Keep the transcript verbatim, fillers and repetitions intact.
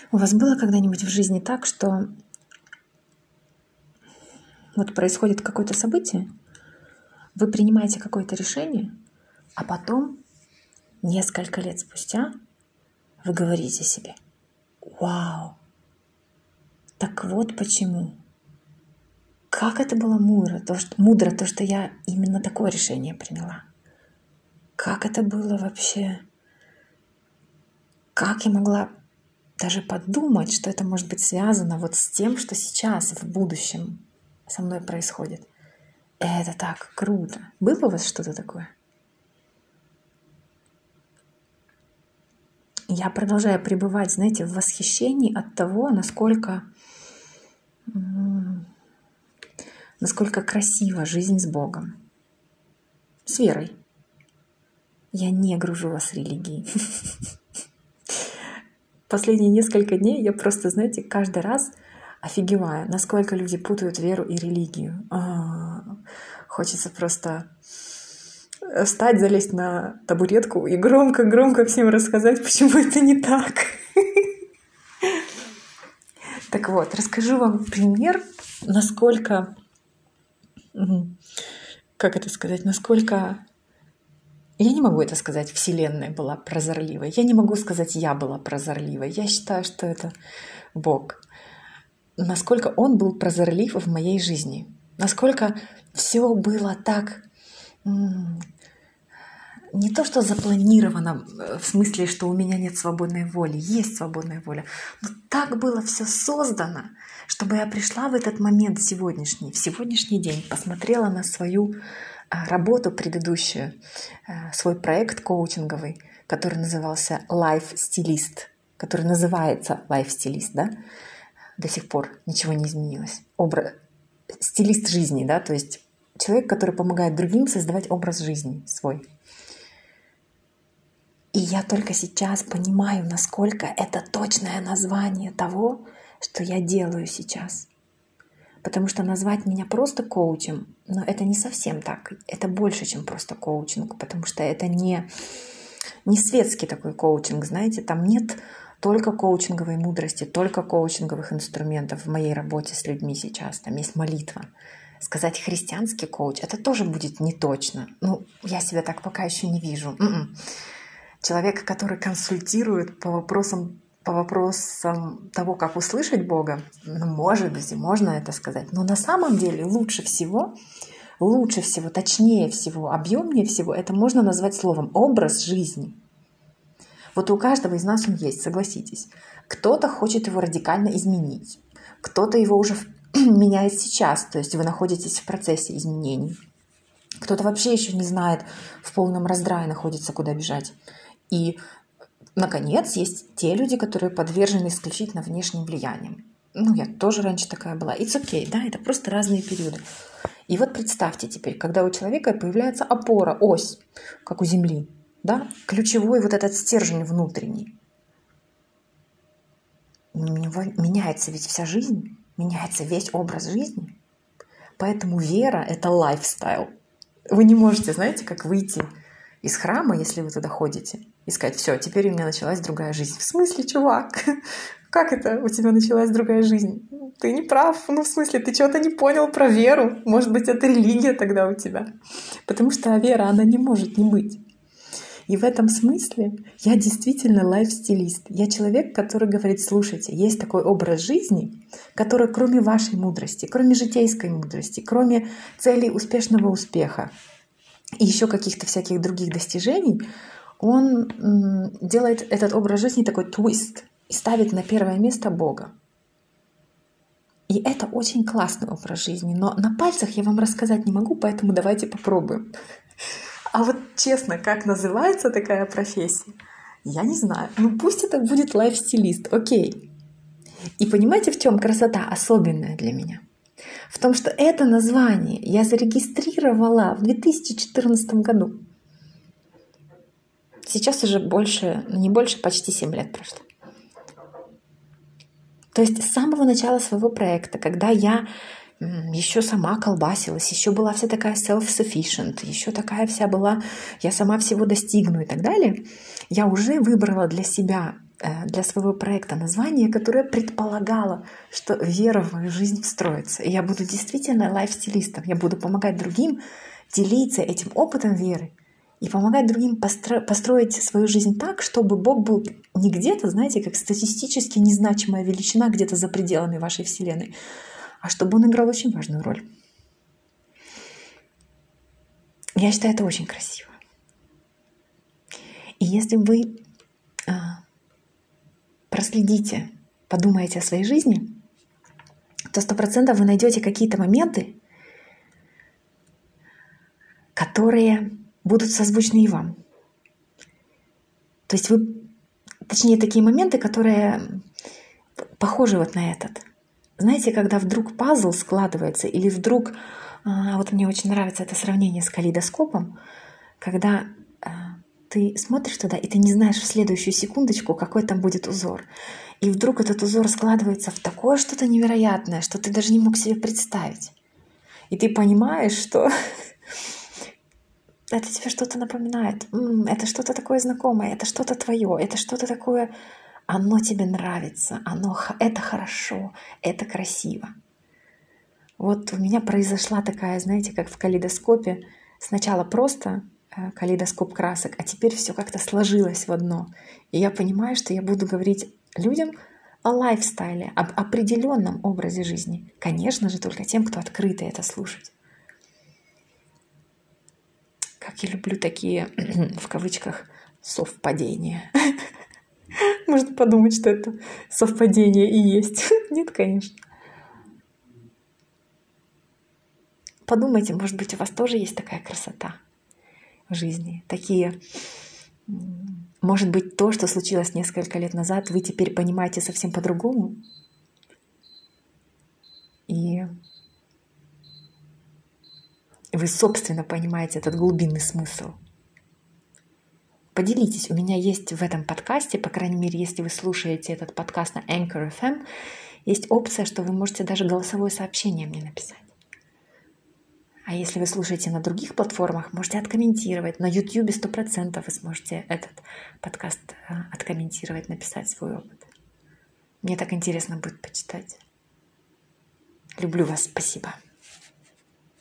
У вас было когда-нибудь в жизни так, что вот происходит какое-то событие, вы принимаете какое-то решение, а потом, несколько лет спустя, вы говорите себе: «Вау, так вот почему. Как это было мудро, то, что, мудро, то, что я именно такое решение приняла. Как это было вообще? Как я могла даже подумать, что это может быть связано вот с тем, что сейчас, в будущем со мной происходит. Это так круто». Было у вас что-то такое? Я продолжаю пребывать, знаете, в восхищении от того, насколько, насколько красива жизнь с Богом, с верой. Я не гружу вас религией. Последние несколько дней я просто, знаете, каждый раз офигеваю, насколько люди путают веру и религию. А-а-а. Хочется просто встать, залезть на табуретку и громко-громко всем рассказать, почему это не так. Так вот, расскажу вам пример, насколько, как это сказать, насколько... Я не могу это сказать, Вселенная была прозорливой. Я не могу сказать, я была прозорливой. Я считаю, что это Бог. Насколько Он был прозорлив в моей жизни. Насколько все было так... Не то, что запланировано, в смысле, что у меня нет свободной воли. Есть свободная воля. Но так было все создано, чтобы я пришла в этот момент сегодняшний, в сегодняшний день, посмотрела на свою работу предыдущую, свой проект коучинговый, который назывался Life Stylist, который называется Life Stylist, да? До сих пор ничего не изменилось. Образ... Стилист жизни, да, то есть человек, который помогает другим создавать образ жизни свой. И я только сейчас понимаю, насколько это точное название того, что я делаю сейчас. Потому что назвать меня просто коучем, но это не совсем так. Это больше, чем просто коучинг, потому что это не, не светский такой коучинг, знаете, там нет только коучинговой мудрости, только коучинговых инструментов в моей работе с людьми сейчас. Там есть молитва. Сказать христианский коуч, это тоже будет не точно. Ну, я себя так пока еще не вижу. М-м. Человек, который консультирует по вопросам по вопросам того, как услышать Бога, ну, может быть, и можно это сказать. Но на самом деле лучше всего, лучше всего, точнее всего, объемнее всего это можно назвать словом «образ жизни». Вот у каждого из нас он есть, согласитесь. Кто-то хочет его радикально изменить, кто-то его уже меняет сейчас, то есть вы находитесь в процессе изменений. Кто-то вообще еще не знает, в полном раздрае находится, куда бежать. И наконец, есть те люди, которые подвержены исключительно внешним влияниям. Ну, я тоже раньше такая была. It's okay, да, это просто разные периоды. И вот представьте теперь, когда у человека появляется опора, ось, как у Земли, да, ключевой вот этот стержень внутренний. Меняется ведь вся жизнь, меняется весь образ жизни. Поэтому вера — это лайфстайл. Вы не можете, знаете, как выйти из храма, если вы туда ходите, и сказать: все, теперь у меня началась другая жизнь. В смысле, чувак? Как это у тебя началась другая жизнь? Ты не прав. Ну, в смысле, ты чего-то не понял про веру. Может быть, это религия тогда у тебя. Потому что вера, она не может не быть. И в этом смысле я действительно лайф-стилист. Я человек, который говорит: слушайте, есть такой образ жизни, который кроме вашей мудрости, кроме житейской мудрости, кроме целей успешного успеха и еще каких-то всяких других достижений, он делает этот образ жизни такой твист и ставит на первое место Бога. И это очень классный образ жизни, но на пальцах я вам рассказать не могу, поэтому давайте попробуем. А вот честно, как называется такая профессия, я не знаю. Ну пусть это будет лайф-стилист, окей. И понимаете, в чем красота особенная для меня? В том, что это название я зарегистрировала в две тысячи четырнадцатом году. Сейчас уже больше, не больше, почти семь лет прошло. То есть с самого начала своего проекта, когда я еще сама колбасилась, еще была вся такая self-sufficient, еще такая вся была, я сама всего достигну и так далее, я уже выбрала для себя для своего проекта название, которое предполагало, что вера в мою жизнь встроится. И я буду действительно лайф-стилистом. Я буду помогать другим делиться этим опытом веры и помогать другим постро- построить свою жизнь так, чтобы Бог был не где-то, знаете, как статистически незначимая величина где-то за пределами вашей Вселенной, а чтобы Он играл очень важную роль. Я считаю, это очень красиво. И если вы а, проследите, подумаете о своей жизни, то сто процентов вы найдете какие-то моменты, которые будут созвучны и вам. То есть вы, точнее, такие моменты, которые похожи вот на этот. Знаете, когда вдруг пазл складывается, или вдруг, вот мне очень нравится это сравнение с калейдоскопом, когда ты смотришь туда, и ты не знаешь в следующую секундочку, какой там будет узор. И вдруг этот узор складывается в такое что-то невероятное, что ты даже не мог себе представить. И ты понимаешь, что это тебе что-то напоминает. М-м, это что-то такое знакомое, это что-то твое, это что-то такое, оно тебе нравится, оно, это хорошо, это красиво. Вот у меня произошла такая, знаете, как в калейдоскопе, сначала просто калейдоскоп красок, а теперь все как-то сложилось в одно. И я понимаю, что я буду говорить людям о лайфстайле, об определенном образе жизни. Конечно же, только тем, кто открыто это слушать. Как я люблю такие, в кавычках, совпадения. Можно подумать, что это совпадение и есть. Нет, конечно. Подумайте, может быть, у вас тоже есть такая красота в жизни. Такие, может быть, то, что случилось несколько лет назад, вы теперь понимаете совсем по-другому. И вы, собственно, понимаете этот глубинный смысл. Поделитесь. У меня есть в этом подкасте, по крайней мере, если вы слушаете этот подкаст на Anchor эф эм, есть опция, что вы можете даже голосовое сообщение мне написать. А если вы слушаете на других платформах, можете откомментировать. На YouTube сто процентов вы сможете этот подкаст откомментировать, написать свой опыт. Мне так интересно будет почитать. Люблю вас. Спасибо.